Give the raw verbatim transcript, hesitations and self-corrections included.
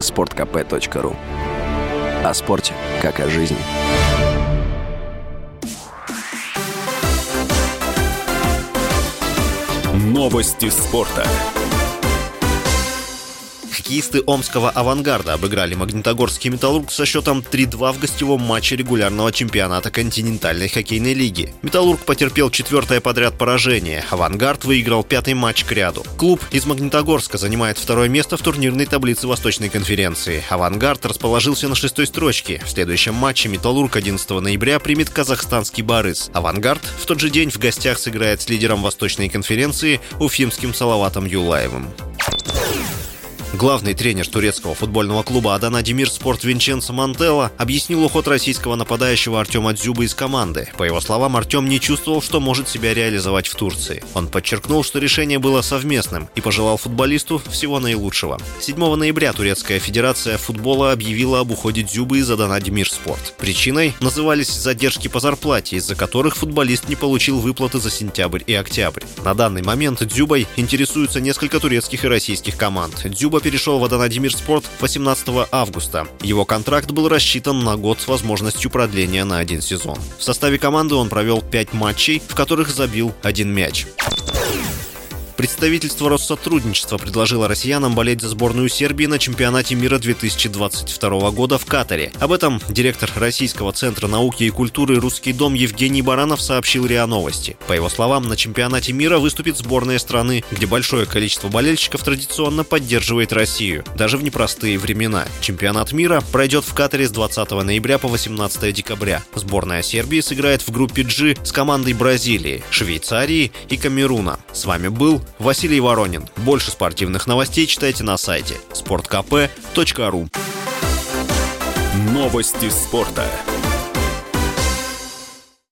спорт ка пэ точка ру. О спорте, как о жизни. Новости спорта. Хоккеисты омского «Авангарда» обыграли магнитогорский «Металлург» со счетом три-два в гостевом матче регулярного чемпионата континентальной хоккейной лиги. «Металлург» потерпел четвертое подряд поражение. «Авангард» выиграл пятый матч к ряду. Клуб из Магнитогорска занимает второе место в турнирной таблице Восточной конференции. «Авангард» расположился на шестой строчке. В следующем матче «Металлург» одиннадцатого ноября примет казахстанский «Барыс». «Авангард» в тот же день в гостях сыграет с лидером Восточной конференции уфимским Салаватом Юлаевым. Главный тренер турецкого футбольного клуба «Адана Демирспорт» Винченцо Монтелло объяснил уход российского нападающего Артема Дзюбы из команды. По его словам, Артем не чувствовал, что может себя реализовать в Турции. Он подчеркнул, что решение было совместным и пожелал футболисту всего наилучшего. седьмого ноября Турецкая федерация футбола объявила об уходе Дзюбы из «Адана Демирспорт». Причиной назывались задержки по зарплате, из-за которых футболист не получил выплаты за сентябрь и октябрь. На данный момент Дзюбой интересуются несколько турецких и российских команд. Дзюба перешел в «Адана Демирспорт восемнадцатого августа. Его контракт был рассчитан на год с возможностью продления на один сезон. В составе команды он провел пять матчей, в которых забил один мяч. Представительство Россотрудничества предложило россиянам болеть за сборную Сербии на чемпионате мира две тысячи двадцать второго года в Катаре. Об этом директор Российского центра науки и культуры «Русский дом» Евгений Баранов сообщил РИА Новости. По его словам, на чемпионате мира выступит сборная страны, где большое количество болельщиков традиционно поддерживает Россию, даже в непростые времена. Чемпионат мира пройдет в Катаре с двадцатого ноября по восемнадцатое декабря. Сборная Сербии сыграет в группе G с командой Бразилии, Швейцарии и Камеруна. С вами был Василий Воронин. Больше спортивных новостей читайте на сайте спорт ка пэ точка ру. Новости спорта.